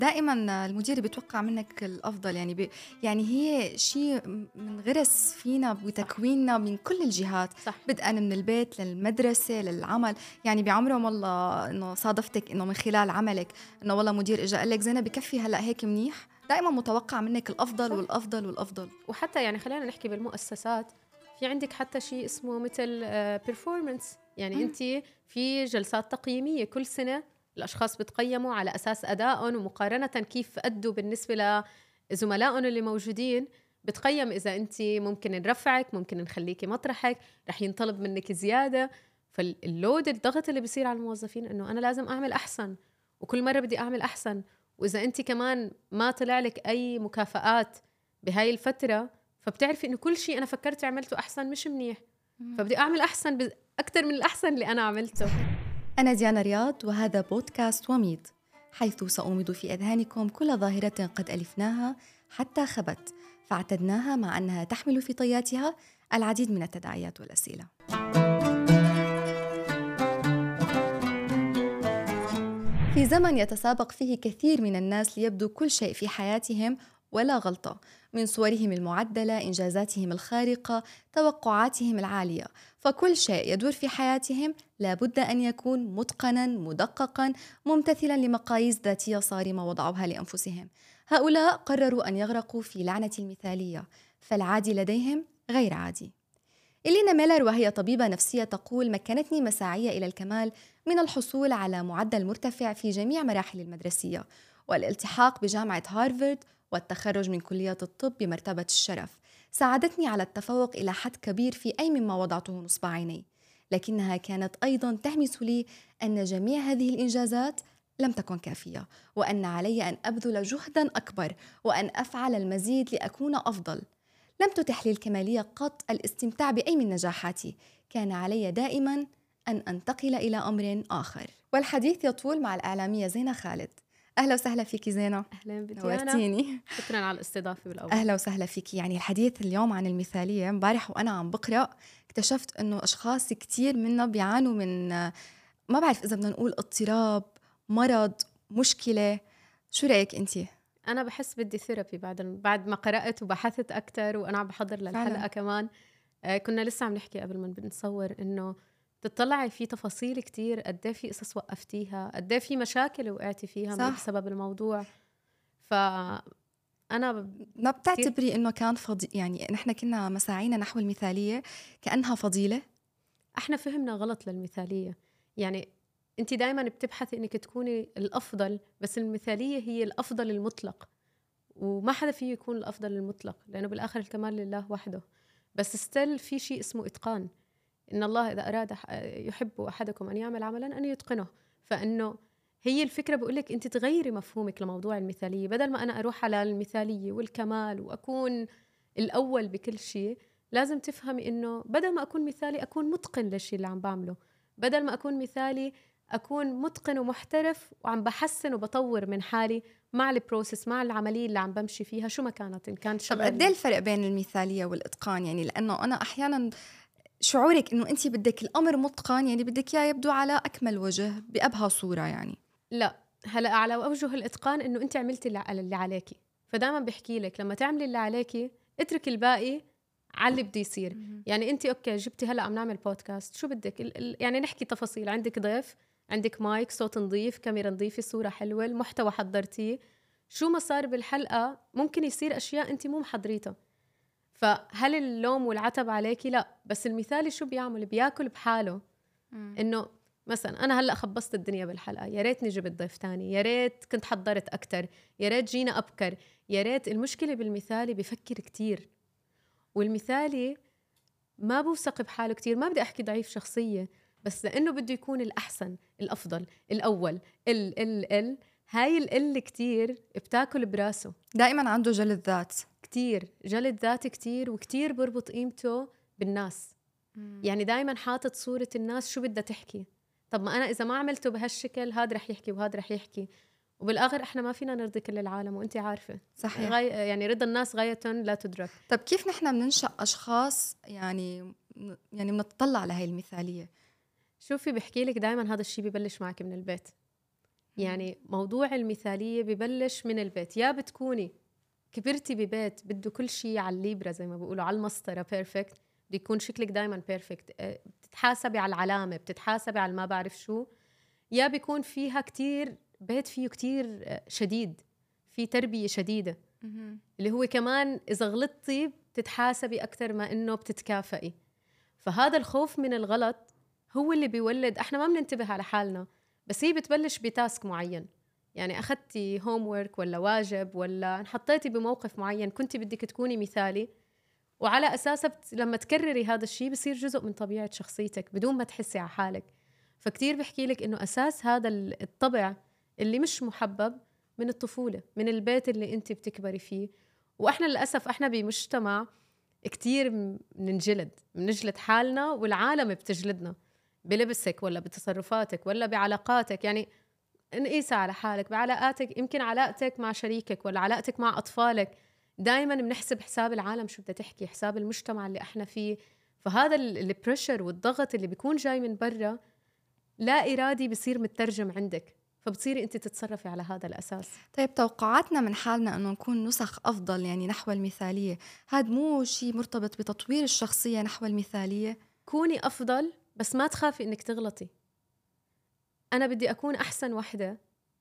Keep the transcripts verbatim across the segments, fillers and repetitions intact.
دائما المدير بيتوقع منك الأفضل، يعني بي يعني هي شيء منغرس فينا صح، وتكويننا من كل الجهات، صح، بدءا من البيت للمدرسة للعمل. يعني بعمرهم والله إنه صادفتك إنه من خلال عملك إنه والله مدير إجا قال لك زينب بكفي هلأ هيك منيح، دائما متوقع منك الأفضل صح. والأفضل والأفضل. وحتى يعني خلينا نحكي بالمؤسسات، في عندك حتى شيء اسمه مثل بيرفورمانس، يعني مم. انت في جلسات تقييميه كل سنه الاشخاص بتقيموا على اساس ادائهم ومقارنه كيف ادوا بالنسبه لزملائهم اللي موجودين. بتقيم اذا انت ممكن نرفعك، ممكن نخليكي مطرحك، رح ينطلب منك زياده. فاللود الضغط اللي بيصير على الموظفين انه انا لازم اعمل احسن، وكل مره بدي اعمل احسن. واذا انت كمان ما طلع لك اي مكافآت بهاي الفترة، فبتعرفي إنه كل شيء أنا فكرت عملته أحسن مش منيح، مم. فبدي أعمل أحسن ب... أكتر من الأحسن اللي أنا عملته. صحيح. أنا ديانا رياض وهذا بودكاست وميض، حيث سأومض في أذهانكم كل ظاهرة قد ألفناها حتى خبت، فاعتدناها مع أنها تحمل في طياتها العديد من التداعيات والأسئلة. في زمن يتسابق فيه كثير من الناس ليبدو كل شيء في حياتهم ولا غلطة، من صورهم المعدلة، إنجازاتهم الخارقة، توقعاتهم العالية، فكل شيء يدور في حياتهم لابد أن يكون متقناً مدققاً ممتثلاً لمقاييس ذاتية صارمة وضعوها لأنفسهم. هؤلاء قرروا أن يغرقوا في لعنة المثالية، فالعادي لديهم غير عادي. إلينا ميلر وهي طبيبة نفسية تقول: مكنتني مساعية إلى الكمال من الحصول على معدل مرتفع في جميع مراحل المدرسية، والالتحاق بجامعة هارفارد، والتخرج من كلية الطب بمرتبة الشرف. ساعدتني على التفوق إلى حد كبير في أي مما وضعته نصب عيني، لكنها كانت أيضاً تهمس لي أن جميع هذه الإنجازات لم تكن كافية، وأن علي أن أبذل جهداً أكبر وأن أفعل المزيد لأكون أفضل. لم تتح لي الكمالية قط الاستمتاع بأي من نجاحاتي، كان علي دائما أن أنتقل إلى أمر آخر. والحديث يطول مع الإعلامية زينة خالد. أهلا وسهلا فيك زينة. أهلا بديانا، نورتيني. شكرا على الاستضافة بالأول. أهلا وسهلا فيك. يعني الحديث اليوم عن المثالية. امبارح وأنا عم بقرأ اكتشفت أنه أشخاص كتير منا بيعانوا من، ما بعرف إذا بدنا نقول اضطراب، مرض، مشكلة. شو رأيك أنتي؟ أنا بحس بدي ثيرابي بعد بعد ما قرأت وبحثت أكتر وأنا عم بحضر للحلقة فعلا. كمان. آه كنا لسه عم نحكي قبل ما بنصور إنه تطلعي في تفاصيل كتير، قد في قصص وقفتيها، قد في مشاكل وقعتي فيها صح. بسبب الموضوع. فأنا ما كتير بتعتبري إنه كان فضي، يعني نحن كنا مساعينا نحو المثالية كأنها فضيلة؟ احنا فهمنا غلط للمثالية. يعني انت دايما بتبحثي انك تكوني الافضل، بس المثالية هي الافضل المطلق، وما حدا فيه يكون الافضل المطلق لانه بالاخر الكمال لله وحده. بس ستيل في شيء اسمه اتقان. ان الله اذا اراد يحب احدكم ان يعمل عملا ان يتقنه. فانه هي الفكرة، بقولك انت تغيري مفهومك لموضوع المثالية، بدل ما انا اروح على المثالية والكمال واكون الاول بكل شيء. لازم تفهمي انه بدل ما اكون مثالي اكون متقن للشيء اللي عم بعمله، بدل ما اكون مثالي اكون متقن ومحترف وعم بحسن وبطور من حالي مع البروسيس، مع العملية اللي عم بمشي فيها شو ما كانت، إن كان طب قد ايه شغل. الفرق بين المثالية والإتقان؟ يعني لأنه أنا أحيانا شعورك إنه أنت بدك الأمر متقن، يعني بدك إياه يبدو على أكمل وجه بأبهى صورة يعني. لا، هلا على اوجه الاتقان انه انت عملتي اللي اللي عليكي. فدائما بحكي لك لما تعملي اللي عليكي اترك الباقي على اللي بده يصير. مهم. يعني انت اوكي جبتي هلا عم نعمل بودكاست، شو بدك ال- ال- يعني نحكي تفاصيل، عندك ضيف، عندك مايك، صوت نظيف، كاميرا نظيفة، صورة حلوة، المحتوى حضرتيه. شو ما صار بالحلقة ممكن يصير اشياء انت مو محضريتها، فهل اللوم والعتب عليكي؟ لا. بس المثالي شو بيعمل؟ بياكل بحاله. مم. انه مثلا انا هلا خبصت الدنيا بالحلقه، يا ريتني جبت ضيف تاني، يا ريت كنت حضرت اكتر، يا ريت جينا ابكر، يا ريت. المشكله بالمثالي بفكر كتير، والمثالي ما بوثق بحاله كتير. ما بدي احكي ضعيف شخصيه، بس لانه بده يكون الاحسن، الافضل، الاول، ال ال ال هاي ال كتير بتاكل براسه. دائما عنده جلد ذات. كتير جلد ذات كتير، وكتير بربط قيمته بالناس. مم. يعني دايما حاطط صورة الناس شو بدها تحكي. طب ما أنا إذا ما عملته بهالشكل هاد رح يحكي وهاد رح يحكي، وبالآخر إحنا ما فينا نرضي كل العالم، وإنتي عارفة صحيح. غاية، يعني رضا الناس غاية لا تدرك. طب كيف نحن بننشأ أشخاص يعني يعني بنتطلع لهي المثالية؟ شوفي بحكي لك دايما هذا الشيء ببلش معك من البيت. يعني موضوع المثالية ببلش من البيت. يا بتكوني كبرتي ببيت بده كل شيء على الليبرا زي ما بيقولوا، على المسطرة بيرفكت، بده يكون شكلك دايما بيرفكت، بتتحاسبي على العلامة، بتتحاسبي على ما بعرف شو. يا بيكون فيها كتير بيت فيه كتير شديد، في تربية شديدة، اللي هو كمان إذا غلطتي بتتحاسبي أكتر ما إنه بتتكافئي. فهذا الخوف من الغلط هو اللي بيولد، احنا ما بننتبه على حالنا، بس هي بتبلش بتاسك معين. يعني أخذتي هوم وورك ولا واجب ولا انحطيتي بموقف معين كنتي بدك تكوني مثالي، وعلى أساسه بت... لما تكرري هذا الشيء بصير جزء من طبيعة شخصيتك بدون ما تحسي على حالك. فكتير بحكي لك إنه أساس هذا الطبع اللي مش محبب من الطفولة، من البيت اللي أنت بتكبري فيه. وإحنا للأسف إحنا بمجتمع كتير بننجلد بنجلد حالنا، والعالم بتجلدنا بلبسك ولا بتصرفاتك ولا بعلاقاتك. يعني نقيسها على حالك بعلاقاتك، يمكن علاقتك مع شريكك ولا علاقتك مع أطفالك، دايما بنحسب حساب العالم شو بدها تحكي، حساب المجتمع اللي احنا فيه. فهذا البريشر والضغط اللي بيكون جاي من برا لا إرادي بصير مترجم عندك، فبتصيري أنت تتصرفي على هذا الأساس. طيب توقعاتنا من حالنا أنه نكون نسخ أفضل يعني نحو المثالية، هذا مو شيء مرتبط بتطوير الشخصية نحو المثالية؟ كوني أفضل بس ما تخافي إنك تغلطي. أنا بدي أكون أحسن وحدة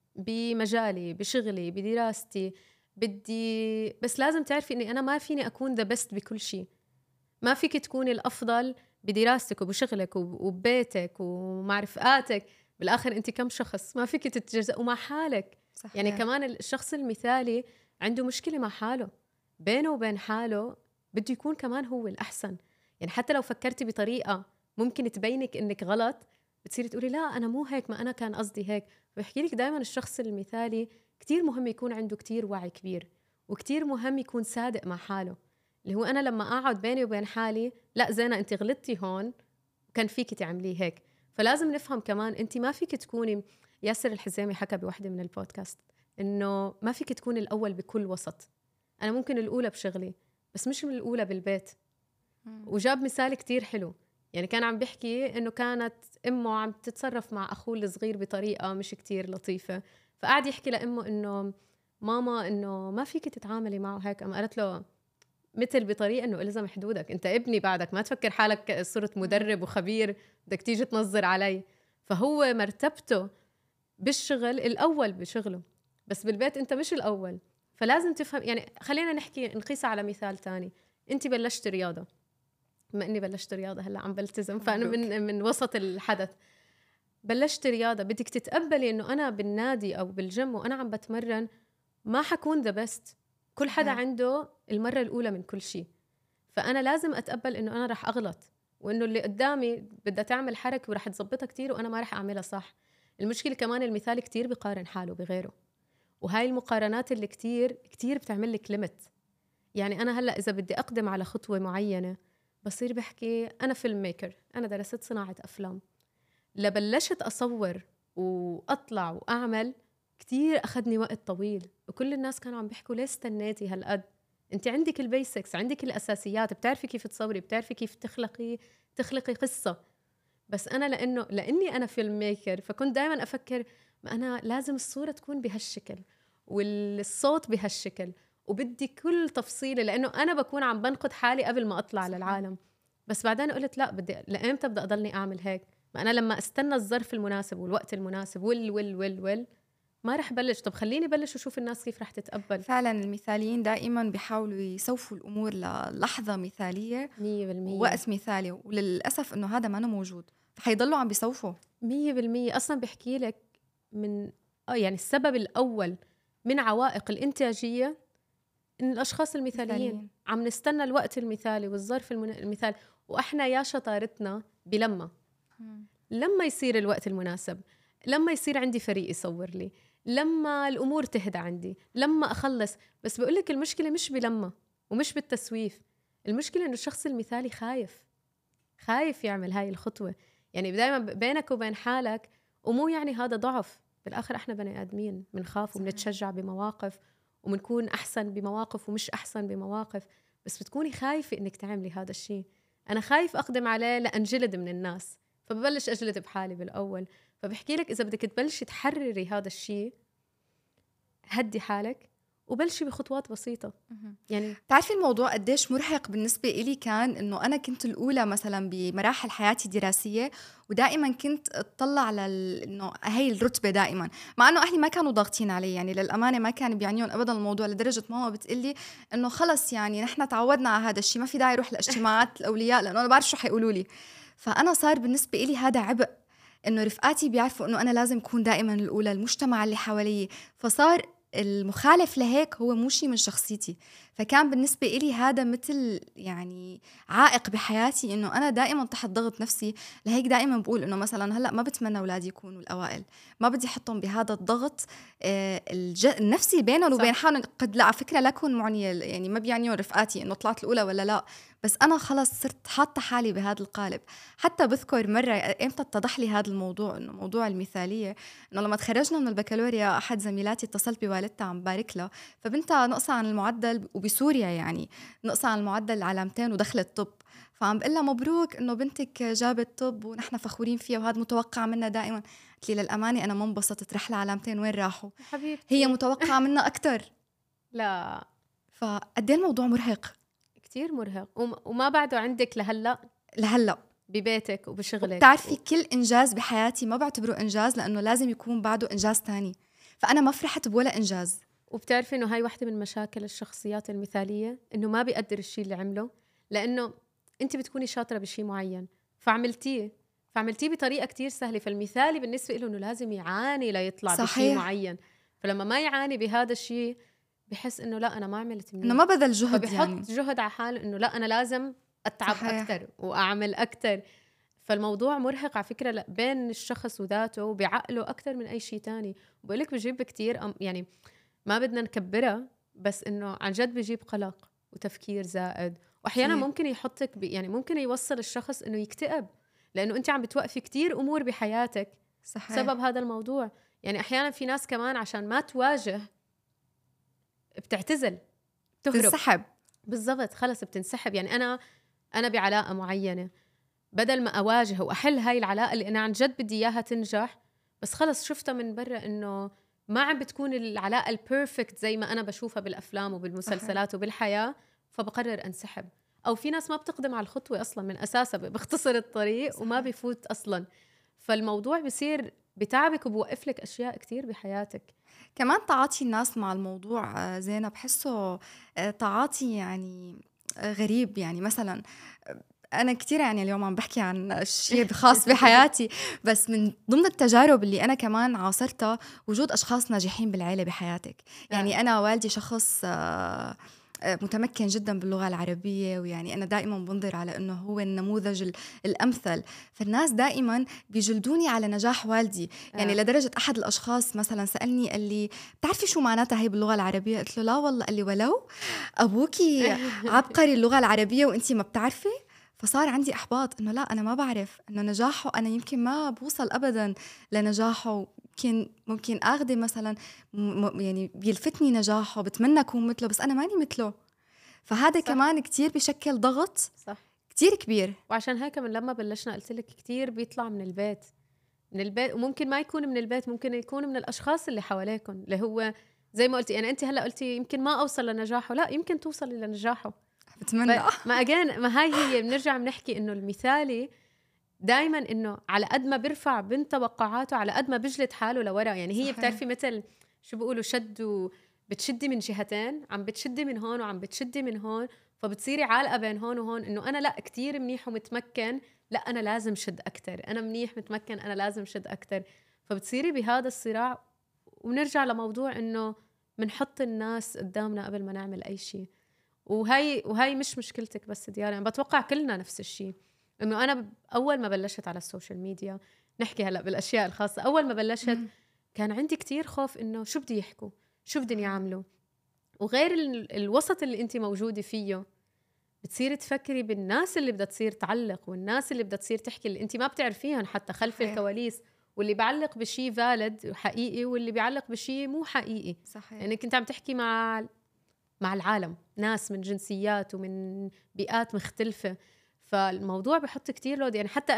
بمجالي، بشغلي، بدراستي، بدي، بس لازم تعرفي إني أنا ما فيني أكون ذا بست بكل شيء. ما فيك تكوني الأفضل بدراستك وبشغلك وببيتك ومع رفقاتك، بالآخر أنت كم شخص، ما فيك تتجزأ ومع حالك. صحيح. يعني كمان الشخص المثالي عنده مشكلة مع حاله، بينه وبين حاله بده يكون كمان هو الأحسن. يعني حتى لو فكرتي بطريقة ممكن تبينك إنك غلط، بتصيري تقولي لا أنا مو هيك، ما أنا كان قصدي هيك. بحكي لك دايما الشخص المثالي كتير مهم يكون عنده كتير وعي كبير، وكتير مهم يكون صادق مع حاله. اللي هو أنا لما أقعد بيني وبين حالي لا زينة أنت غلطتي هون، كان فيك تعمليه هيك. فلازم نفهم كمان أنت ما فيك تكوني، ياسر الحزامي حكى بواحدة من البودكاست إنه ما فيك تكوني الأول بكل وسط. أنا ممكن الأولى بشغلي بس مش من الأولى بالبيت. وجاب مثال كتير حلو، يعني كان عم بيحكي إنه كانت أمه عم تتصرف مع أخوه الصغير بطريقة مش كتير لطيفة، فقعد يحكي لأمه إنه ماما إنه ما فيك تتعاملي معه هيك. أم قالت له مثل بطريقة إنه إلزم حدودك، أنت ابني بعدك، ما تفكر حالك صرت مدرب وخبير بدك تيجي تنظر علي. فهو مرتبته بالشغل الأول بشغله، بس بالبيت أنت مش الأول. فلازم تفهم. يعني خلينا نحكي نقيسها على مثال تاني. أنت بلشت رياضة، بما إني بلشت رياضة هلأ عم بلتزم، فأنا من, من وسط الحدث. بلشت رياضة، بدك تتقبلي إنه أنا بالنادي أو بالجيم وأنا عم بتمرن ما حكون ذا بيست. كل حدا عنده المرة الأولى من كل شيء، فأنا لازم أتقبل إنه أنا رح أغلط، وإنه اللي قدامي بدها تعمل حركة ورح تزبطها كتير وأنا ما رح أعملها صح. المشكلة كمان المثال كتير بقارن حاله بغيره، وهاي المقارنات اللي كتير كتير بتعمل لك ليميت. يعني أنا هلأ إذا بدي أقدم على خطوة معينة بصير بحكي أنا فيلم ميكر، أنا درست صناعة أفلام، لبلشت أصور وأطلع وأعمل كتير أخذني وقت طويل، وكل الناس كانوا عم بيحكوا ليه استنيتي هالقد؟ أنت عندك البيسكس، عندك الأساسيات، بتعرفي كيف تصوري، بتعرفي كيف تخلقي تخلقي قصة. بس أنا لأنه لأني أنا فيلم ميكر فكنت دايما أفكر ما أنا لازم الصورة تكون بهالشكل والصوت بهالشكل، وبدي كل تفصيلة لأنه أنا بكون عم بنقد حالي قبل ما أطلع صحيح. للعالم. بس بعدين قلت لا، بدي لأمتى بدي أضلني أعمل هيك؟ ما أنا لما أستنى الظرف المناسب والوقت المناسب وال وال وال وال ما رح بلش. طب خليني بلش وشوف الناس كيف رح تتقبل. فعلا المثاليين دائما بيحاولوا يسوفوا الأمور للحظة مثالية مية بالمية ووقت مثالي، وللأسف إنه هذا ما موجود، فحيضلوا عم بيسوفوا. مية بالمية أصلا بحكي لك من آه يعني السبب الأول من عوائق الإنتاجية إن الأشخاص المثاليين مثاليين. عم نستنى الوقت المثالي والظرف المن... المثالي، وإحنا يا شطارتنا بلما م. لما يصير الوقت المناسب، لما يصير عندي فريق يصور لي، لما الأمور تهدى عندي، لما أخلص. بس بقولك المشكلة مش بلما ومش بالتسويف، المشكلة إنه الشخص المثالي خايف خايف يعمل هاي الخطوة. يعني دايما بينك وبين حالك، ومو يعني هذا ضعف، بالآخر إحنا بني آدمين بنخاف وبنتشجع بمواقف وبنكون أحسن بمواقف ومش أحسن بمواقف، بس بتكوني خايفة إنك تعملي هذا الشيء. أنا خايف أقدم عليه لأنجلد من الناس، فببلش أجلد بحالي بالأول. فبحكي لك إذا بدك تبلشي تحرري هذا الشيء، هدي حالك وبلشي بخطوات بسيطة. يعني بتعرفي الموضوع قديش مرهق بالنسبة إلي كان إنه أنا كنت الأولى مثلا بمراحل حياتي الدراسية، ودائما كنت أطلع على إنه هاي الرتبة دائما، مع إنه أهلي ما كانوا ضاغطين علي، يعني للأمانة ما كان بيعنيهم أبدا الموضوع، لدرجة ماما بتقلي إنه خلص يعني نحن تعودنا على هذا الشيء، ما في داعي أروح لاجتماعات الأولياء لأنه أنا بعرف شو حيقولوا لي. فأنا صار بالنسبة إلي هذا عبء، إنه رفقاتي بيعرفوا إنه أنا لازم أكون دائما الأولى، المجتمع اللي حوالي، فصار المخالف لهيك هو مو شيء من شخصيتي. فكان بالنسبة إلي هذا مثل يعني عائق بحياتي، إنه أنا دائما تحت ضغط نفسي. لهيك دائما بقول إنه مثلا هلأ ما بتمنى أولادي يكونوا الأوائل، ما بدي أحطهم بهذا الضغط آه الج... النفسي بينهم وبين حالهم. قد لا على فكرة لا أكون معنية، يعني ما بيعنيهم رفقاتي إنه طلعت الأولى ولا لا، بس أنا خلص صرت حاطة حالي بهذا القالب. حتى بذكر مرة إمتى اتضح لي هذا الموضوع، إنه موضوع المثالية، إنه لما تخرجنا من البكالوريا أحد زميلاتي اتصلت بوالدتها عم بارك لها، فبنتها نقصة عن المعدل، وبسوريا يعني نقصة عن المعدل علامتين ودخلت طب، فعم بقول لها مبروك إنه بنتك جابت طب ونحن فخورين فيها وهذا متوقع منا دائما. قلت لي للأمانة أنا ما انبسطت، رح لها علامتين وين راحوا؟ حبيبتي هي متوقعة منا أكتر. لا فقد ايه الموضوع مرهق، كتير مرهق، وما بعده عندك لهلا لهلا ببيتك وبشغلك. بتعرفي و... كل إنجاز بحياتي ما بعتبره إنجاز، لأنه لازم يكون بعده إنجاز تاني، فأنا ما فرحت بولا إنجاز. وبتعرفي إنه هاي واحدة من مشاكل الشخصيات المثالية، إنه ما بيقدر الشيء اللي عمله، لأنه أنت بتكوني شاطرة بشيء معين فعملتيه فعملتيه بطريقة كتير سهلة، فالمثالي بالنسبة له إنه لازم يعاني ليطلع صحيح. بشيء معين، فلما ما يعاني بهذا الشيء بحس إنه لا أنا ما عملت مني، إنه ما بذل جهد، فبحط يعني جهد على حاله إنه لا أنا لازم أتعب صحيح. أكتر وأعمل أكتر. فالموضوع مرهق على فكرة بين الشخص وذاته وبعقله أكتر من أي شيء تاني. بقولك بجيب كتير يعني ما بدنا نكبرها، بس إنه عن جد بجيب قلق وتفكير زائد، وأحيانا ممكن يحطك يعني ممكن يوصل الشخص إنه يكتئب، لأنه أنت عم بتوقفي كتير أمور بحياتك صحيح. سبب هذا الموضوع. يعني أحيانا في ناس كمان عشان ما تواجه بتعتزل، تهرب، تنسحب. بالضبط، خلص بتنسحب. يعني أنا أنا بعلاقة معينة، بدل ما أواجه وأحل هاي العلاقة اللي أنا عن جد بدي إياها تنجح، بس خلص شفتها من برا إنه ما عم بتكون العلاقة البيرفكت زي ما أنا بشوفها بالأفلام وبالمسلسلات وبالحياة، فبقرر أنسحب. أو في ناس ما بتقدم على الخطوة أصلا من أساسها، بختصر الطريق صحيح. وما بيفوت أصلا. فالموضوع بصير بتعبك وبوقف لك أشياء كتير بحياتك. كمان تعاطي الناس مع الموضوع زينب بحسه تعاطي يعني غريب. يعني مثلا أنا كتير يعني اليوم عم بحكي عن شيء خاص بحياتي، بس من ضمن التجارب اللي أنا كمان عاصرتها وجود أشخاص ناجحين بالعيلة بحياتك. يعني أنا والدي شخص متمكن جدا باللغة العربية، ويعني أنا دائما بنظر على أنه هو النموذج الأمثل، فالناس دائما بيجلدوني على نجاح والدي. يعني لدرجة أحد الأشخاص مثلا سألني قال لي بتعرفي شو معناتها هي باللغة العربية؟ قلت له لا والله. قال لي ولو أبوكي عبقري اللغة العربية وإنتي ما بتعرفي؟ فصار عندي إحباط إنه لا أنا ما بعرف إنه نجاحه، أنا يمكن ما بوصل أبدا لنجاحه، يمكن ممكن أخذ مثلا م- يعني بيلفتني نجاحه، بتمنى أكون مثله، بس أنا ماني مثله. فهذا صح. كمان كتير بشكل ضغط صح. كتير كبير. وعشان هيك من لما بلشنا قلت لك كتير بيطلع من البيت من البيت وممكن ما يكون من البيت، ممكن يكون من الأشخاص اللي حواليكم، اللي هو زي ما قلتي يعني أنت هلأ قلتي يمكن ما أوصل لنجاحه، لا يمكن توصلي لنجاحه. بتمنى. ما أجان ما هاي هي بنرجع بنحكي إنه المثالي دايما إنه على قد ما بيرفع من توقعاته على قد ما بيجلد حاله لورا. يعني هي صحيح. بتعرفي مثل شو بيقولوا شد، بتشدي من جهتين، عم بتشدي من هون وعم بتشدي من هون، فبتصيري عالقة بين هون وهون، إنه أنا لا كتير منيح ومتمكن، لا أنا لازم شد أكتر، أنا منيح متمكن أنا لازم شد أكتر، فبتصيري بهذا الصراع. ونرجع لموضوع إنه منحط الناس قدامنا قبل ما نعمل أي شيء. وهي وهي مش مشكلتك بس ديارة، يعني بتوقع كلنا نفس الشيء. إنه أنا أول ما بلشت على السوشيال ميديا، نحكي هلأ بالأشياء الخاصة، أول ما بلشت كان عندي كتير خوف إنه شو بدي يحكوا، شو بدي يعملوا، وغير الوسط اللي أنت موجودة فيه بتصير تفكري بالناس اللي بدها تصير تعلق، والناس اللي بدها تصير تحكي اللي أنت ما بتعرفيهم حتى خلف صحيح. الكواليس، واللي بيعلق بشيء فالid حقيقي واللي بيعلق بشيء مو حقيقي صحيح. يعني كنت عم تحكي مع مع العالم، ناس من جنسيات ومن بيئات مختلفة، فالموضوع بحط كتير لود. يعني حتى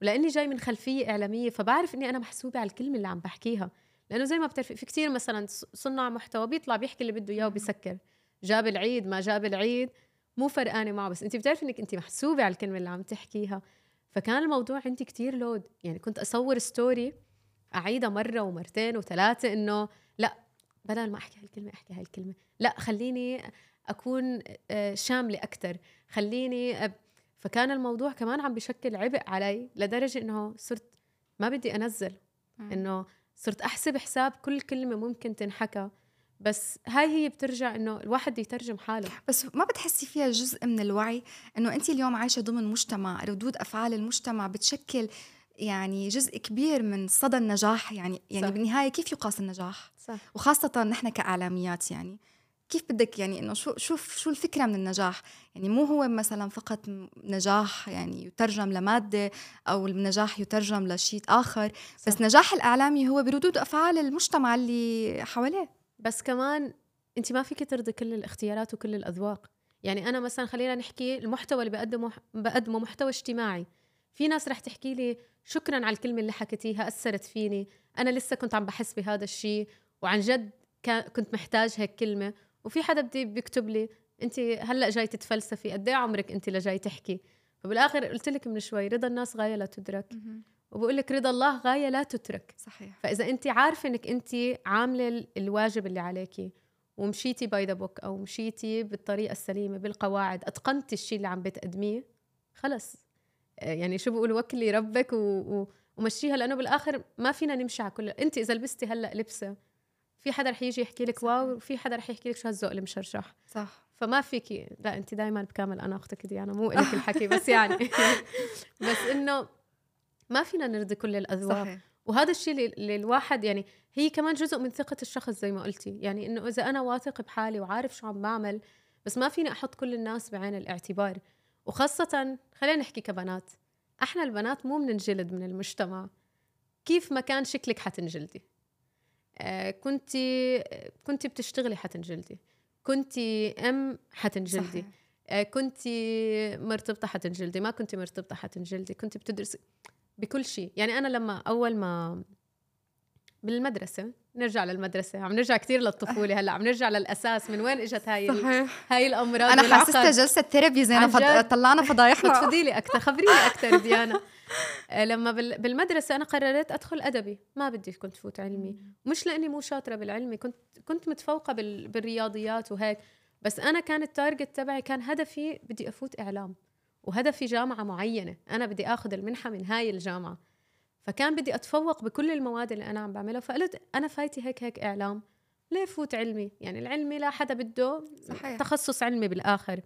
ولاني جاي من خلفيه اعلاميه فبعرف اني انا محسوبه على الكلمه اللي عم بحكيها. لانه زي ما بتعرفي في كتير مثلا صناع محتوى بيطلع بيحكي اللي بده اياه وبيسكر، جاب العيد ما جاب العيد مو فرقانه معه، بس انت بتعرفي انك انت محسوبه على الكلمه اللي عم تحكيها. فكان الموضوع عندي كتير لود، يعني كنت اصور ستوري اعيدها مره ومرتين وثلاثه، انه لا بدل ما احكي هالكلمه احكي هالكلمه، لا خليني اكون شامله اكثر، خليني أب... فكان الموضوع كمان عم بشكل عبء علي، لدرجه انه صرت ما بدي انزل، انه صرت احسب حساب كل كلمه ممكن تنحكى. بس هاي هي بترجع انه الواحد يترجم حاله. بس ما بتحسي فيها جزء من الوعي انه انت اليوم عايشه ضمن مجتمع ردود افعال المجتمع بتشكل يعني جزء كبير من صدى النجاح؟ يعني يعني صح. بالنهايه كيف يقاس النجاح؟ صح. وخاصه نحن كاعلاميات، يعني كيف بدك يعني انه شو شوف شو الفكره من النجاح؟ يعني مو هو مثلا فقط نجاح يعني يترجم لماده او النجاح يترجم لشيء اخر. صح. بس نجاح الاعلامي هو بردود افعال المجتمع اللي حواليه. بس كمان انت ما فيك ترضي كل الاختيارات وكل الاذواق. يعني انا مثلا خلينا نحكي المحتوى اللي بقدمه بقدمه محتوى اجتماعي، في ناس رح تحكي لي شكرا على الكلمه اللي حكيتيها اثرت فيني، انا لسه كنت عم بحس بهذا الشيء وعن جد كنت محتاج هيك كلمه. وفي حدا بدي بيكتب لي انت هلا جاي تتفلسفي، قد ايه عمرك انت لجاي تحكي؟ فبالاخر قلت لك من شوي رضا الناس غايه لا تدرك، وبقول لك رضا الله غايه لا تترك. صحيح. فاذا انت عارفه انك انت عامله الواجب اللي عليكي ومشيتي باي ذا بوك او مشيتي بالطريقه السليمه بالقواعد، اتقنتي الشيء اللي عم بتقدميه، خلص يعني شو بقول وكلي ربك و... و... ومشيها. لانه بالاخر ما فينا نمشي على كل. انت اذا لبستي هلا لبسه في حدا رح يجي يحكي لك واو، وفي حدا رح يحكي لك شو هالذوق المشرشح. صح. فما فيكي، لا انت دائما بكامل اناقتك ديانا، مو لك الحكي بس يعني بس انه ما فينا نرضي كل الاذواق. صحيح. وهذا الشيء اللي الواحد يعني هي كمان جزء من ثقة الشخص زي ما قلتي، يعني إنه إذا أنا واثق بحالي وعارف شو عم بعمل، بس ما فيني أحط كل الناس بعين الاعتبار. وخاصة خلينا نحكي كبنات، إحنا البنات مو مننجلد من المجتمع. كيف ما كان شكلك حتنجلدي، آه كنتي كنتي بتشتغلي حتنجلدي، كنتي أم حتنجلدي. صحيح. آه كنتي مرتبطة حتنجلدي، ما كنتي مرتبطة حتنجلدي، كنتي بتدرسي، بكل شيء. يعني أنا لما أول ما بالمدرسة، نرجع للمدرسة، عم نرجع كتير للطفولة هلأ، عم نرجع للأساس من وين إجت هاي صحيح. هاي الأمراض. أنا حاسستها جلسة ثيرابي زينا فض... طلعنا فضايحنا. فتفضي لي أكتر، خبريني أكتر ديانا. لما بالمدرسة أنا قررت أدخل أدبي، ما بدي كنت فوت علمي، مش لأني مو شاطرة بالعلمي، كنت كنت متفوقة بال... بالرياضيات وهيك، بس أنا كان التارجت تبعي، كان هدفي بدي أفوت إعلام، وهدفي جامعة معينة، أنا بدي أخذ المنحة من هاي الجامعة، فكان بدي أتفوق بكل المواد اللي أنا عم بعملها. فقلت أنا فايتي هيك هيك إعلام، ليه فوت علمي؟ يعني العلمي لا حدا بده. صحيح. تخصص علمي بالآخر.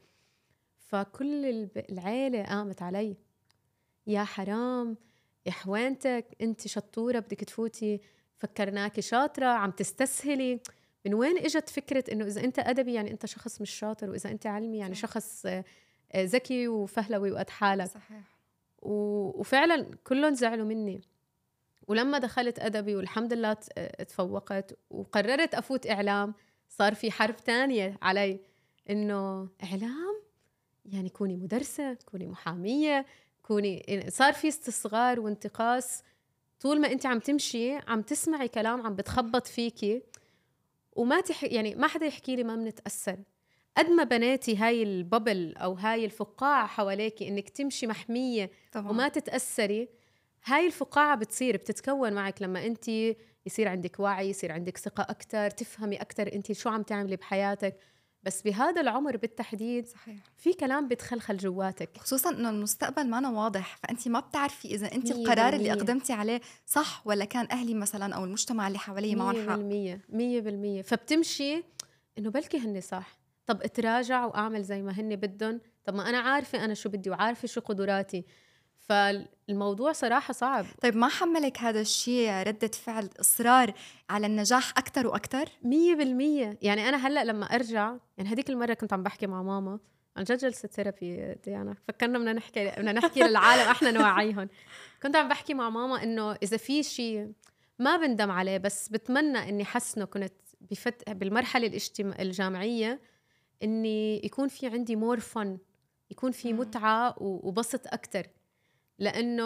فكل العيلة قامت علي، يا حرام، يا حوينتك، انت شطورة بدك تفوتي، فكرناكي شاطرة عم تستسهلي. من وين اجت فكرة انه اذا انت ادبي يعني انت شخص مش شاطر، واذا انت علمي يعني شخص ذكي وفهلوي وقد حالك. صحيح. وفعلا كلهم زعلوا مني. ولما دخلت أدبي والحمد لله تفوقت وقررت أفوت إعلام، صار في حرب تانية علي، إنه إعلام يعني كوني مدرسة، كوني محامية، كوني. صار في استصغار وانتقاص. طول ما أنت عم تمشي عم تسمعي كلام عم بتخبط فيكي، وما تح... يعني ما حدا يحكي لي ما منتأثر. قد ما بناتي هاي الببل أو هاي الفقاعة حواليكي إنك تمشي محمية طبعا. وما تتأثري، هاي الفقاعة بتصير بتتكون معك لما أنت يصير عندك وعي، يصير عندك ثقة أكتر، تفهمي أكتر أنت شو عم تعملي بحياتك. بس بهذا العمر بالتحديد صحيح. في كلام بتخلخل جواتك، خصوصا إنه المستقبل ما واضح، فأنت ما بتعرفي إذا أنت القرار اللي أقدمتي عليه صح ولا كان أهلي مثلا أو المجتمع اللي حواليه معهم حق. مية مية بالمية. فبتمشي إنه بلكي هني صح، طب اتراجع وأعمل زي ما هني بدن، طب ما أنا عارفة أنا شو بدي وعارفة شو قدراتي. فالموضوع صراحة صعب. طيب ما حملك هذا الشيء ردة فعل إصرار على النجاح أكتر وأكتر؟ مية بالمية. يعني أنا هلأ لما أرجع، يعني هديك المرة كنت عم بحكي مع ماما عن جد جلسة ثيرابي ديانا، فكرنا بدنا نحكي بدنا نحكي للعالم احنا نوعيهم. كنت عم بحكي مع ماما إنه إذا في شيء ما بندم عليه بس بتمنى إني حسنه كنت بفت... بالمرحلة الاجتماع... الجامعية، إني يكون في عندي مور فن، يكون في متعة وبسط أكتر. لأنه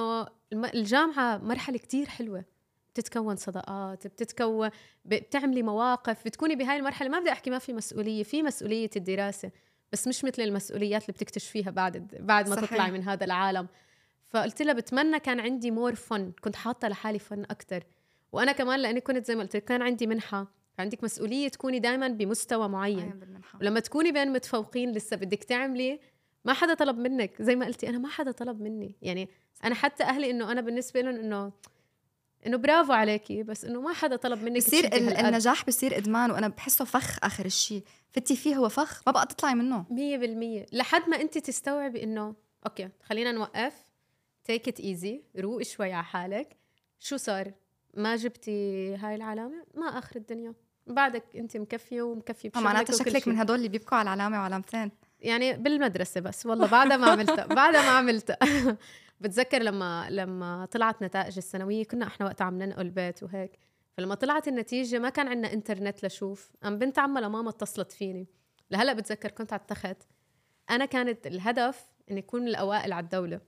الجامعة مرحلة كتير حلوة، بتتكون صداقات، بتتكون بتعملي مواقف، بتكوني بهاي المرحلة. ما بدي أحكي ما في مسؤولية، في مسؤولية الدراسة، بس مش مثل المسؤوليات اللي بتكتشفيها بعد بعد ما صحيح. تطلعي من هذا العالم. فقلت لها بتمنى كان عندي مور فن، كنت حاطة لحالي فن أكتر. وأنا كمان لأني كنت زي ما قلت كان عندي منحة، عندك مسؤولية تكوني دايما بمستوى معين، ولما تكوني بين متفوقين لسه بدك تعملي، ما حدا طلب منك زي ما قلتي. أنا ما حدا طلب مني يعني، أنا حتى أهلي إنه أنا بالنسبة لهم إنه إنه برافو عليكي، بس إنه ما حدا طلب منك بصير النجاح بصير إدمان، وأنا بحسه فخ آخر الشيء، فتي فيه هو فخ ما بقى تطلعي منه مية بالمية لحد ما أنت تستوعبي إنه أوكي خلينا نوقف، take it easy، روق شوي على حالك. شو صار؟ ما جبتي هاي العلامة، ما آخر الدنيا، بعدك أنت مكفية ومكفية بشغلك. معناتها شكلك من هدول اللي بيبكوا على العلامة وعلامتين يعني بالمدرسة بس، والله بعدها ما عملتها بعدها ما عملتها بتذكر لما لما طلعت نتائج الثانوية، كنا احنا وقتها عم ننقل بيت وهيك، فلما طلعت النتيجة ما كان عندنا انترنت لشوف، أم بنت عمها لماما اتصلت فيني، لهلا بتذكر كنت على التخت، أنا كانت الهدف إني أكون من الأوائل على الدولة،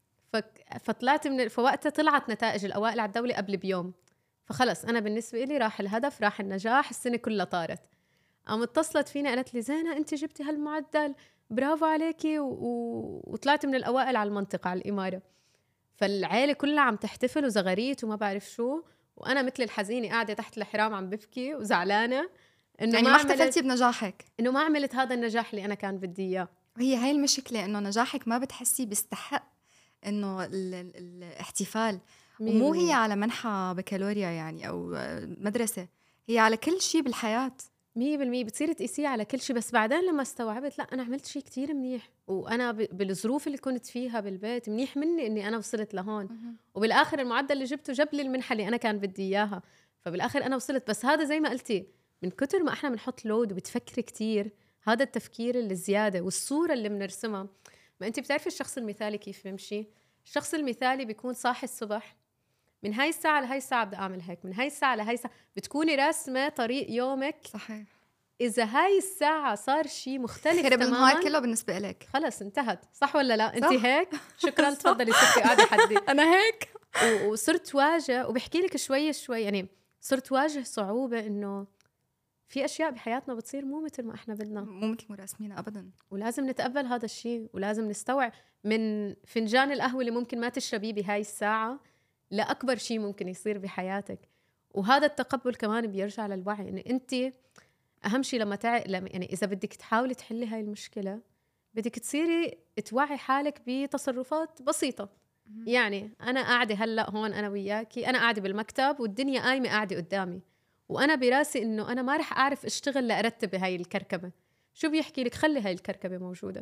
فطلعت من فوقتها طلعت نتائج الأوائل على الدولة قبل بيوم، فخلص أنا بالنسبة لي راح الهدف، راح النجاح، السنة كلها طارت. قام اتصلت فيني قالت لي زينة أنت جبتي هالمعدل، برافو عليكي، و... و... وطلعت من الأوائل على المنطقة على الإمارة. فالعيلة كلها عم تحتفل وزغاريت وما بعرف شو، وأنا مثل الحزينة قاعدة تحت الحرام عم ببكي وزعلانة إنه يعني ما احتفلتي بنجاحك، إنه ما عملت هذا النجاح اللي أنا كان بدي إياه. وهي هاي المشكلة، إنه نجاحك ما بتحسي بيستحق إنه ال... ال... الاحتفال، ومو هي على منحة بكالوريا يعني أو مدرسة، هي على كل شيء بالحياة. مية بالمية بتصير تقيسيه على كل شيء، بس بعدين لما استوعبت لا أنا عملت شيء كتير منيح، وأنا ب... بالظروف اللي كنت فيها بالبيت منيح مني إني أنا وصلت لهون، وبالآخر المعدل اللي جبته جاب لي المنحة اللي أنا كان بدي إياها، فبالآخر أنا وصلت. بس هذا زي ما قلتي من كتر ما إحنا بنحط لود وبتفكري كتير، هذا التفكير اللي زيادة والصورة اللي بنرسمها. ما أنت بتعرفي الشخص المثالي كيف بيمشي؟ الشخص المثالي بيكون صاحي الصبح، من هاي الساعة لهاي الساعة بدي أعمل هيك، من هاي الساعة لهاي الساعة بتكوني راسمة طريق يومك. صحيح. إذا هاي الساعة صار شيء مختلف خرب تماماً، النهار كله بالنسبة لك، خلص انتهت. صح ولا لا؟ صح. أنت هيك شكراً تفضلي صرتي قاعدة حدي أنا هيك وصرت واجه، وبحكي لك شوي شوي يعني صرت واجه صعوبة إنه في أشياء بحياتنا بتصير مو مثل ما إحنا بدنا، مو مثل مراسمينها أبداً، ولازم نتقبل هذا الشيء، ولازم نستوعب من فنجان القهوة اللي ممكن ما تشربيه بهاي الساعة لأكبر شيء ممكن يصير بحياتك. وهذا التقبل كمان بيرجع للوعي، إن أنت أهم شيء لما تع... لما يعني إذا بدك تحاولي تحلي هاي المشكلة بدك تصيري توعي حالك بتصرفات بسيطة. يعني أنا قاعدة هلأ هون أنا وياكي، أنا قاعدة بالمكتب والدنيا قايمة قاعدة قدامي، وأنا براسي إنه أنا ما رح أعرف أشتغل لأرتب هاي الكركبة. شو بيحكي لك؟ خلي هاي الكركبة موجودة،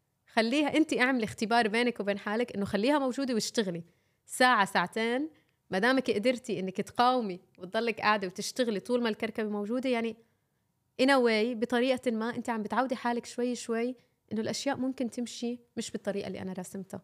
خليها أنت اعملي اختبار بينك وبين حالك إنه خليها موجودة واشتغلي ساعة ساعتين، ما دامك قدرتي إنك تقاومي وتضلك قاعدة وتشتغلي طول ما الكركبة موجودة، يعني in a way بطريقة ما أنت عم بتعودي حالك شوي شوي إنه الأشياء ممكن تمشي مش بالطريقة اللي أنا رسمتها.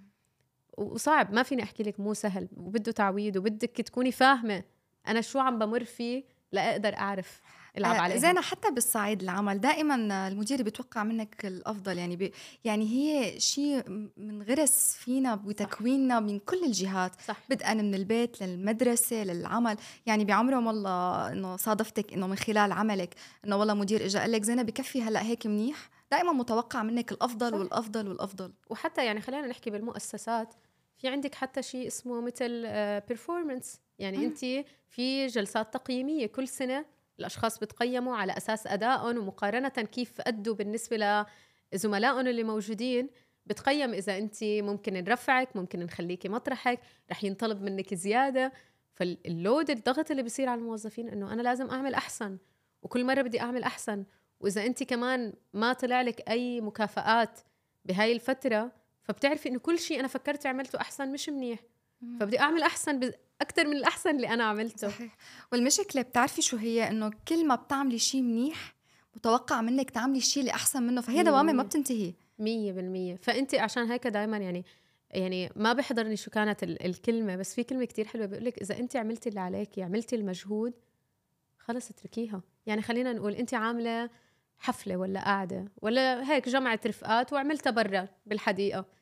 وصعب، ما فيني أحكي لك مو سهل، وبده تعويد، وبدك تكوني فاهمة أنا شو عم بمر فيه لأقدر أعرف العب عليها. زينة حتى بالصعيد العمل دائما المدير بيتوقع منك الأفضل، يعني بي يعني هي شيء من غرس فينا وتكويننا من كل الجهات، بدءا من البيت للمدرسة للعمل. يعني بعمرهم والله إنه صادفتك إنه من خلال عملك إنه والله مدير إجا قال لك زينة بكفي هلأ هيك منيح، دائما متوقع منك الأفضل. صح. والأفضل والأفضل. وحتى يعني خلينا نحكي بالمؤسسات، في عندك حتى شيء اسمه مثل performance، يعني م. أنت في جلسات تقييمية كل سنة، الأشخاص بتقيموا على أساس أدائهم ومقارنة كيف أدوا بالنسبة لزملائهم اللي موجودين، بتقيم إذا أنت ممكن نرفعك، ممكن نخليكي مطرحك، رح ينطلب منك زيادة. فاللود الضغط اللي بيصير على الموظفين إنه أنا لازم أعمل أحسن، وكل مرة بدي أعمل أحسن، وإذا أنت كمان ما طلع لك أي مكافآت بهاي الفترة، فبتعرفي إنه كل شيء أنا فكرت عملته أحسن مش منيح، فبدي أعمل أحسن أكتر من الأحسن اللي أنا عملته. صحيح. والمشكلة بتعرفي شو هي؟ إنه كل ما بتعملي شيء منيح متوقع منك تعملي الشيء اللي أحسن منه، فهي دوامة ما بتنتهي. مية بالمية. فأنت عشان هيك دايما يعني يعني ما بحضرني شو كانت الكلمة، بس في كلمة كتير حلوة بيقولك إذا أنت عملتي اللي عليكي، عملتي المجهود، خلص اتركيها. يعني خلينا نقول أنت عاملة حفلة ولا قاعدة ولا هيك جمعة رفقات وعملتها برا بالحديقة،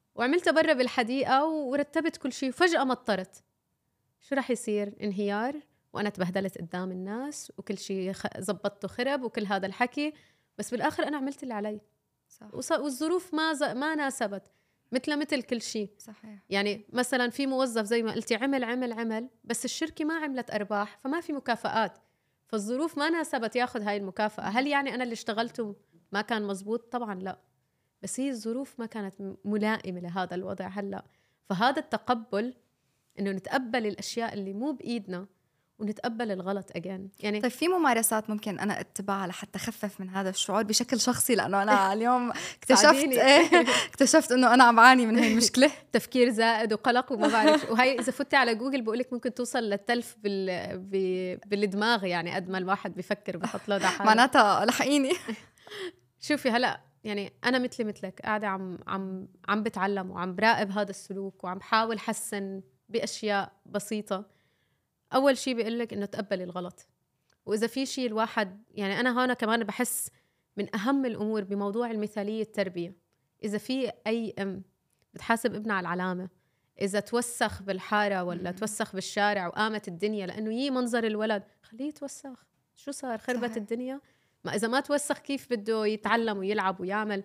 وعملتها برا بالحديقة ورتبت كل شيء، وفجأة مطرت، شو رح يصير؟ انهيار، وأنا تبهدلت قدام الناس وكل شيء زبطته خرب وكل هذا الحكي. بس بالآخر أنا عملت اللي علي، صح. والظروف ما ز... ما ناسبت، مثل مثل كل شيء. صحيح. يعني مثلا في موظف زي ما قلتي عمل عمل عمل بس الشركة ما عملت أرباح، فما في مكافآت، فالظروف ما ناسبت ياخذ هاي المكافأة. هل يعني أنا اللي اشتغلته ما كان مزبوط؟ طبعا لا، بس هي الظروف ما كانت ملائمة لهذا الوضع هلأ. فهذا التقبل، إنه نتقبل الأشياء اللي مو بإيدنا ونتقبل الغلط أجان. يعني طيب في ممارسات ممكن أنا أتبعها لحتى أخفف من هذا الشعور بشكل شخصي؟ لأنه أنا اليوم اكتشفت إيه اكتشفت إنه أنا عم بعاني من هاي المشكلة. تفكير زائد وقلق وما بعرف. وهي إذا فتي على جوجل بقولك ممكن توصل للتلف بال... ب... بالدماغ، يعني قد ما الواحد بيفكر بحط له ده حاله. معناتها لحقيني. شوفي هلأ يعني أنا مثلي مثلك قاعدة عم عم عم بتعلم وعم براقب هذا السلوك وعم بحاول حسن بأشياء بسيطة. أول شيء بيقولك إنه تقبل الغلط، وإذا في شيء الواحد يعني أنا هون كمان بحس من أهم الأمور بموضوع المثالية التربية. إذا في أي أم بتحاسب ابنها على العلامة، إذا توسخ بالحارة ولا توسخ بالشارع وقامت الدنيا لأنه يي منظر الولد، خليه يتوسخ، شو صار؟ خربت صحيح. الدنيا. ما إذا ما توسخ كيف بده يتعلم ويلعب ويعمل؟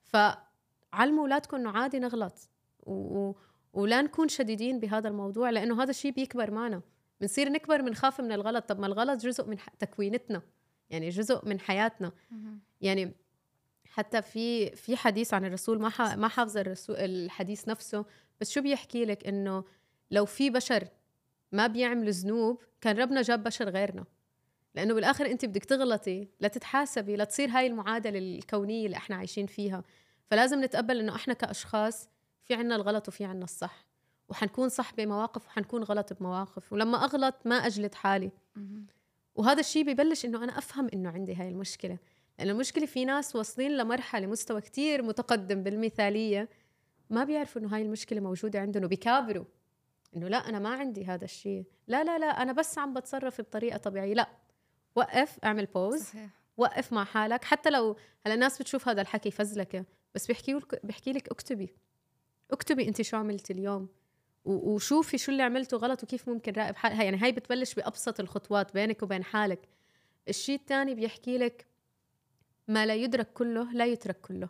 فعلموا أولادكم إنه عادي نغلط و... و... ولا نكون شديدين بهذا الموضوع، لأنه هذا الشيء بيكبر معنا. بنصير نكبر بنخاف من الغلط. طب ما الغلط جزء من تكوينتنا، يعني جزء من حياتنا. يعني حتى في في حديث عن الرسول، ما ما حافظ الرسول الحديث نفسه، بس شو بيحكي لك؟ إنه لو في بشر ما بيعملوا ذنوب كان ربنا جاب بشر غيرنا، لأنه بالآخر أنت بدك تغلطي لتتحاسبي لتصير هاي المعادلة الكونية اللي احنا عايشين فيها. فلازم نتقبل إنه احنا كأشخاص في عنا الغلط وفي عنا الصح، وحنكون صح بمواقف وحنكون غلط بمواقف. ولما أغلط ما أجلد حالي. وهذا الشيء بيبلش إنه أنا أفهم إنه عندي هاي المشكلة، لأن المشكلة في ناس واصلين لمرحلة مستوى كتير متقدم بالمثالية ما بيعرفوا إنه هاي المشكلة موجودة عندهم، وبيكابروا إنه لا أنا ما عندي هذا الشيء، لا لا لا أنا بس عم بتصرف بطريقة طبيعية. لا، وقف، اعمل بوز، صحيح. وقف مع حالك. حتى لو هلا الناس بتشوف هذا الحكي فزلكة، بس بيحكي لك بيحكي لك اكتبي اكتبي انت شو عملتي اليوم، وشوفي شو اللي عملته غلط وكيف ممكن راقب حالك. يعني هاي بتبلش بأبسط الخطوات بينك وبين حالك. الشيء الثاني بيحكي لك ما لا يدرك كله لا يترك كله.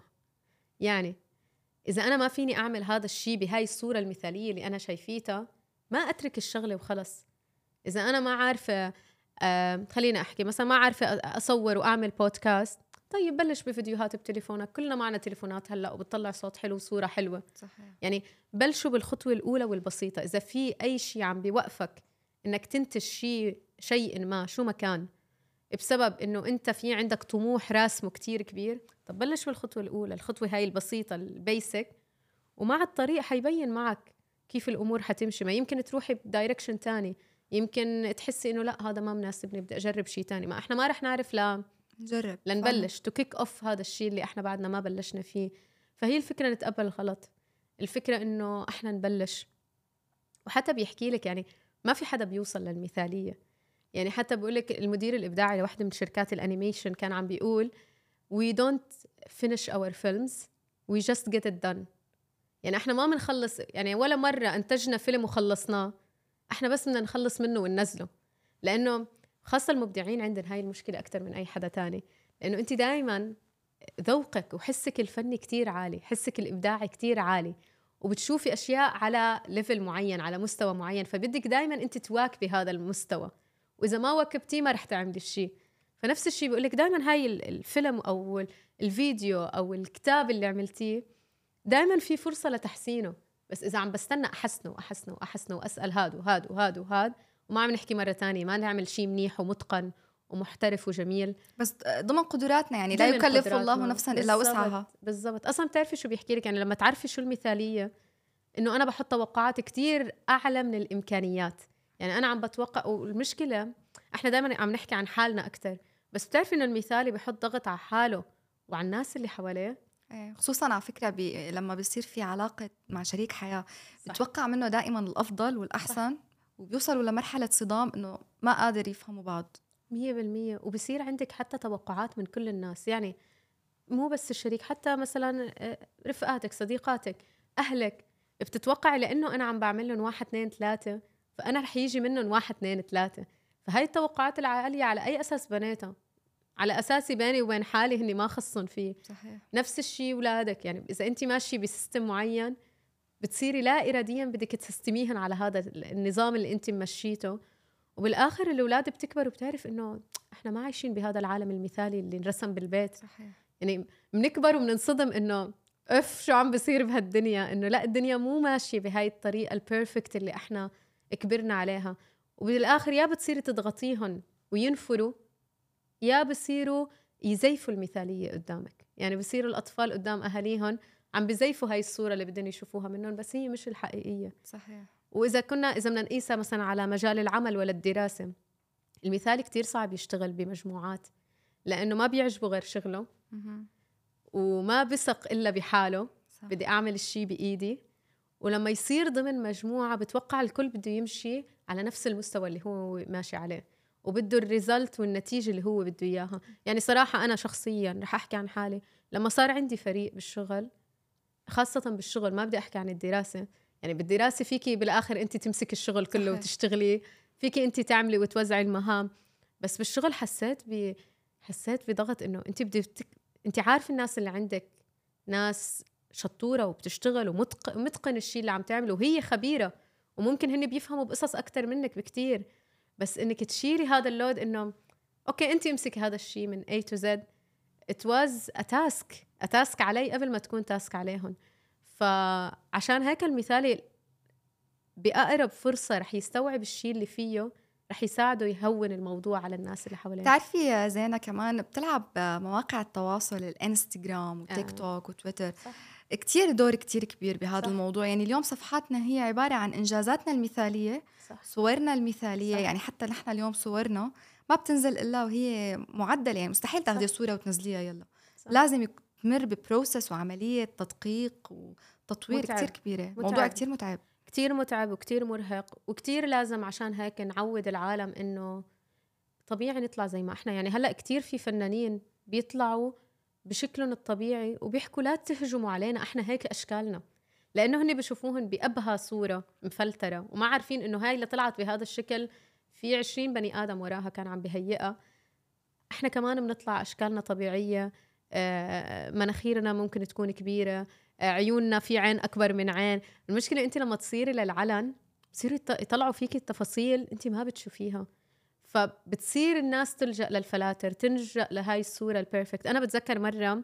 يعني إذا أنا ما فيني أعمل هذا الشيء بهاي الصورة المثالية اللي أنا شايفيتها، ما أترك الشغلة وخلص. إذا أنا ما عارفة آه، خلينا أحكي مثلا ما عارفة أصور وأعمل بودكاست، طيب بلش بفيديوهات بتليفونك، كلنا معنا تليفونات هلأ وبتطلع صوت حلو وصورة حلوة. صحيح. يعني بلشوا بالخطوة الأولى والبسيطة. إذا في أي شيء عم بيوقفك إنك تنتج شيء شيء ما شو مكان بسبب إنه أنت في عندك طموح راسمه كتير كبير، طب بلش بالخطوة الأولى، الخطوة هاي البسيطة البيسك، ومع الطريق حيبين معك كيف الأمور حتمشي. ما يمكن تروحي بدايركشن تاني، يمكن تحسي إنه لا هذا ما مناسبني بدي أجرب شيء تاني. ما إحنا ما رح نعرف لا نجرب لنبلش تو كيك أوف هذا الشيء اللي إحنا بعدنا ما بلشنا فيه. فهي الفكرة نتقبل الغلط، الفكرة إنه إحنا نبلش. وحتى بيحكي لك يعني ما في حدا بيوصل للمثالية. يعني حتى بقولك المدير الإبداعي لواحدة من شركات الأنيميشن كان عم بيقول we don't finish our films we just get it done. يعني احنا ما بنخلص، يعني ولا مرة انتجنا فيلم وخلصناه، احنا بس بدنا نخلص منه وننزله. لأنه خاصة المبدعين عندنا هاي المشكلة أكتر من أي حدا تاني، لأنه أنت دايما ذوقك وحسك الفني كتير عالي، حسك الإبداعي كتير عالي، وبتشوفي أشياء على ليفل معين، على مستوى معين، فبدك دايما أنت تواكبي هذا المستوى، وإذا ما واكبتيه ما رح تعملي الشيء. فنفس الشيء بقولك دايما هاي الفيلم أو الفيديو أو الكتاب اللي عملتيه دايما في فرصة لتحسينه، بس إذا عم بستنى أحسنه وأحسنه وأحسنه وأسأل هاد وهاد وهاد وهاد وما عم نحكي مرة تانية، ما نعمل شيء منيح ومتقن ومحترف وجميل، بس ضمن قدراتنا. يعني لا يكلف الله نفسا إلا وسعها. بالضبط. أصلا بتعرفي شو بيحكي لك؟ يعني لما تعرفي شو المثالية، إنه أنا بحط توقعات كتير أعلى من الإمكانيات. يعني أنا عم بتوقع، والمشكلة إحنا دايما عم نحكي عن حالنا أكتر، بس بتعرفي إنه المثالي بحط ضغط على حاله وعلى الناس اللي حواليه. خصوصا على فكرة بي... لما بيصير في علاقة مع شريك حياة، بتوقع منه دائما الأفضل والأحسن. صح. وبيوصلوا لمرحلة صدام إنه ما قادر يفهموا بعض مية بالمية. وبصير عندك حتى توقعات من كل الناس، يعني مو بس الشريك، حتى مثلا رفقاتك، صديقاتك، أهلك بتتوقعي لأنه أنا عم بعمل لهم واحد اثنين ثلاثة فأنا رح يجي منهم واحد اثنين ثلاثة. فهاي التوقعات العالية على أي أساس بنيتها؟ على أساسي بيني وبين حالي هني ما خصن فيه. صحيح. نفس الشيء أولادك، يعني إذا أنت ماشي بسيستم معين بتصيري لا إراديا بدك تسستميهن على هذا النظام اللي أنت مشيته، وبالآخر الأولاد بتكبر وبتعرف إنه إحنا ما عايشين بهذا العالم المثالي اللي انرسم بالبيت. صحيح. يعني بنكبر وبننصدم إنه اف شو عم بصير بهالدنيا، إنه لا الدنيا مو ماشية بهاي الطريقة البيرفكت اللي إحنا كبرنا عليها. وبالآخر يا بتصيري تضغطيهن وينفروا، يا بصيروا يزيفوا المثالية قدامك. يعني بصيروا الأطفال قدام أهاليهم عم بزيفوا هاي الصورة اللي بدهم يشوفوها منهم، بس هي مش الحقيقية. صحيح. وإذا كنا إذا بدنا نقيسها مثلا على مجال العمل ولا الدراسة، المثالي كتير صعب يشتغل بمجموعات لأنه ما بيعجبه غير شغله وما بثق إلا بحاله. صح. بدي أعمل الشي بإيدي، ولما يصير ضمن مجموعة بتوقع الكل بده يمشي على نفس المستوى اللي هو ماشي عليه وبده الريزلت والنتيجة اللي هو بده إياها. يعني صراحة أنا شخصياً رح أحكي عن حالي، لما صار عندي فريق بالشغل، خاصة بالشغل ما بدي أحكي عن الدراسة، يعني بالدراسة فيكي بالآخر أنت تمسك الشغل كله. صحيح. وتشتغلي فيكي أنت تعملي وتوزعي المهام، بس بالشغل حسيت ب حسيت بضغط إنه أنت بدي بتك... أنت عارف الناس اللي عندك ناس شطورة وبتشتغل ومتقن الشيء اللي عم تعمله وهي خبيرة وممكن هن بيفهموا بقصص أكتر منك بكتير، بس إنك تشيلي هذا اللود إنه أوكي أنت امسكي هذا الشيء من A to Z. it was a task a task علي قبل ما تكون تاسك عليهم. فعشان هيك المثالي بأقرب فرصة رح يستوعب الشيء اللي فيه، رح يساعده يهون الموضوع على الناس اللي حواليه. تعرفي يا زينة كمان بتلعب مواقع التواصل الانستغرام وتيك توك وتويتر. صح. كتير دور كتير كبير بهذا. صح. الموضوع. يعني اليوم صفحاتنا هي عبارة عن إنجازاتنا المثالية. صح. صورنا المثالية. صح. يعني حتى نحن اليوم صورنا ما بتنزل إلا وهي معدلة، يعني مستحيل تاخدي صورة وتنزليها يلا. صح. لازم تمر ببروسس وعملية تدقيق وتطوير متعب. كتير كبيرة. متعب. موضوع كتير متعب كتير متعب وكتير مرهق وكتير لازم. عشان هيك نعود العالم إنه طبيعي نطلع زي ما إحنا. يعني هلأ كتير في فنانين بيطلعوا بشكلهم الطبيعي وبيحكوا لا تهجموا علينا إحنا هيك أشكالنا، لأنه هني بشوفوهن بأبهى صورة مفلترة وما عارفين إنه هاي اللي طلعت بهذا الشكل في عشرين بني آدم وراها كان عم بهيئة. إحنا كمان بنطلع أشكالنا طبيعية. آه مناخيرنا ممكن تكون كبيرة، آه عيوننا في عين أكبر من عين. المشكلة أنت لما تصيري للعلن بصيروا يطلعوا فيك التفاصيل أنت ما بتشوفيها، فبتصير الناس تلجأ للفلاتر، تلجأ لهاي الصورة البيرفكت. أنا بتذكر مرة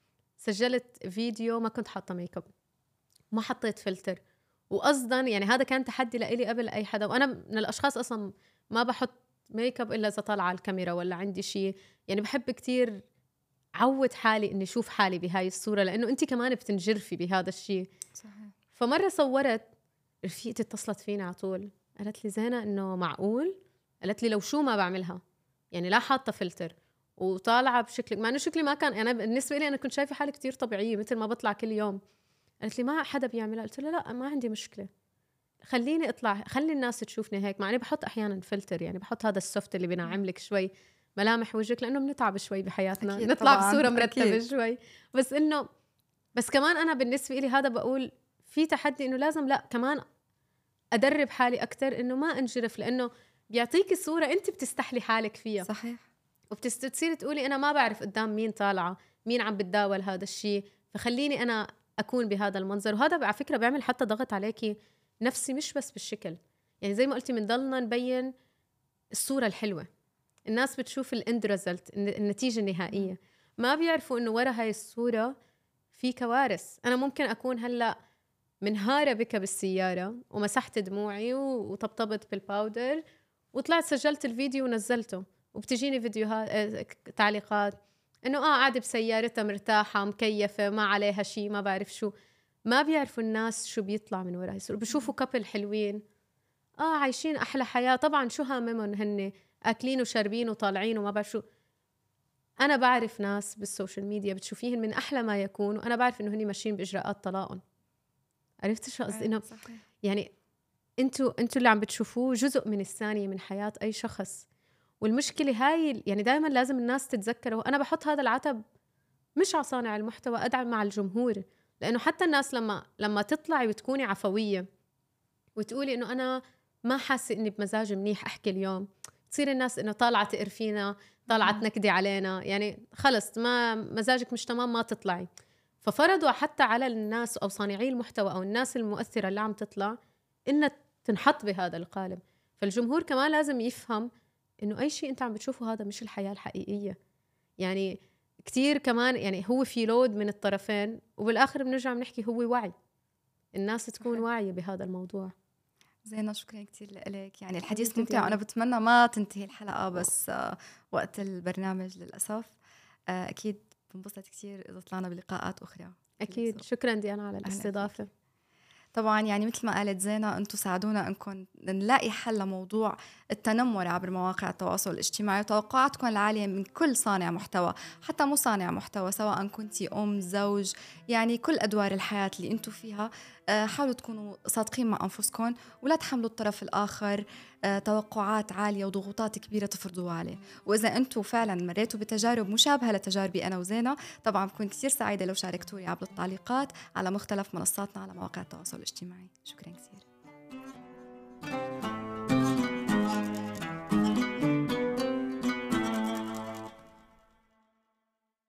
سجلت فيديو ما كنت حاطة ميك اب، ما حطيت فلتر، وقصدا يعني هذا كان تحدي لإلي قبل أي حدا. وأنا من الأشخاص أصلا ما بحط ميك اب إلا إذا طالعة على الكاميرا ولا عندي شيء. يعني بحب كتير عود حالي إني شوف حالي بهاي الصورة، لأنه أنت كمان بتنجرفي بهذا الشيء. صحيح. فمرة صورت، رفيقتي اتصلت فينا على طول قالت لي زينة إنه معقول؟ قالت لي لو شو ما بعملها، يعني لا حاطة فلتر وطالعة بشكلك، مع إنه شكلي ما كان، أنا بالنسبة لي أنا كنت شايفة حالي كتير طبيعية مثل ما بطلع كل يوم. قالت لي ما حدا بيعملها. قلت لها لا ما عندي مشكلة، خليني أطلع، خلي الناس تشوفني هيك. مع إني بحط أحيانا فلتر، يعني بحط هذا السوفت اللي بينعم لك شوي ملامح وجهك، لأنه بنتعب شوي بحياتنا. أكيد نطلع طبعاً. بصورة مرتبة. أكيد. شوي بس إنه بس كمان أنا بالنسبة لي هذا بقول في تحدي إنه لازم لا كمان أدرب حالي أكتر إنه ما أنجرف، لأنه بيعطيك الصورة أنت بتستحلي حالك فيها. صحيح. وبتصير تقولي أنا ما بعرف قدام مين طالعة، مين عم بتداول هذا الشيء، فخليني أنا أكون بهذا المنظر. وهذا على فكرة بيعمل حتى ضغط عليكي نفسي، مش بس بالشكل. يعني زي ما قلتي بنضلنا نبين الصورة الحلوة، الناس بتشوف الاند ريزلت، النتيجة النهائية، ما بيعرفوا إنه ورا هاي الصورة في كوارث. أنا ممكن أكون هلأ منهارة بك بالسيارة ومسحت دموعي وطبطبت بالباودر وطلعت سجلت الفيديو ونزلته، وبتجيني فيديوهات تعليقات إنه آه قاعدة بسيارتها مرتاحة مكيفة ما عليها شيء ما بعرف شو. ما بيعرفوا الناس شو بيطلع من وراء الصورة. بشوفوا كابل حلوين آه عايشين أحلى حياة، طبعا شو هاممهم هن أكلين وشاربين وطالعين وما بعرف شو. أنا بعرف ناس بالسوشيال ميديا بتشوفيهن من أحلى ما يكون، وأنا بعرف إنه هن ماشيين بإجراءات طلاقهم. عرفت شو قصدي؟ إنه يعني أنتوا أنتوا اللي عم بتشوفوه جزء من الثانية من حياة أي شخص. والمشكلة هاي يعني دائما لازم الناس تتذكره. أنا بحط هذا العتب مش على صانع المحتوى، أدعم مع الجمهور، لأنه حتى الناس لما لما تطلعي وتكوني عفوية وتقولي إنه أنا ما حاسة إني بمزاج منيح أحكي اليوم، تصير الناس إنه طالعة تقرفينا، طالعة تنكدي علينا، يعني خلص ما مزاجك مش تمام ما تطلعي. ففرضوا حتى على الناس أو صانعي المحتوى أو الناس المؤثرة اللي عم تطلع إنها تنحط بهذا القالب. فالجمهور كمان لازم يفهم إنه أي شيء أنت عم بتشوفه هذا مش الحياة الحقيقية. يعني كتير كمان يعني هو في لود من الطرفين، وبالآخر بنرجع بنحكي هو وعي، الناس تكون واعية بهذا الموضوع. زينة شكرا كتير لك، يعني الحديث ممتع وأنا بتمنى ما تنتهي الحلقة، بس آه وقت البرنامج للأسف. آه أكيد بنبسط كتير إذا طلعنا بلقاءات أخرى. أكيد. شكرا ديانا على الاستضافة. طبعا يعني مثل ما قالت زينة، أنتم ساعدونا أنكم نلاقي حل لموضوع التنمر عبر مواقع التواصل الاجتماعي، وتوقعاتكم العالية من كل صانع محتوى، حتى مو صانع محتوى، سواء كنتي أم، زوج، يعني كل أدوار الحياة اللي أنتم فيها. حاولوا تكونوا صادقين مع أنفسكم، ولا تحملوا الطرف الآخر توقعات عالية وضغوطات كبيرة تفرضوها عليه. وإذا أنتم فعلا مريتوا بتجارب مشابهة لتجاربي أنا وزينة، طبعا بكون كثير سعيدة لو شاركتوني عبر التعليقات على مختلف منصاتنا على مواقع التواصل الاجتماعي. شكرا كثير.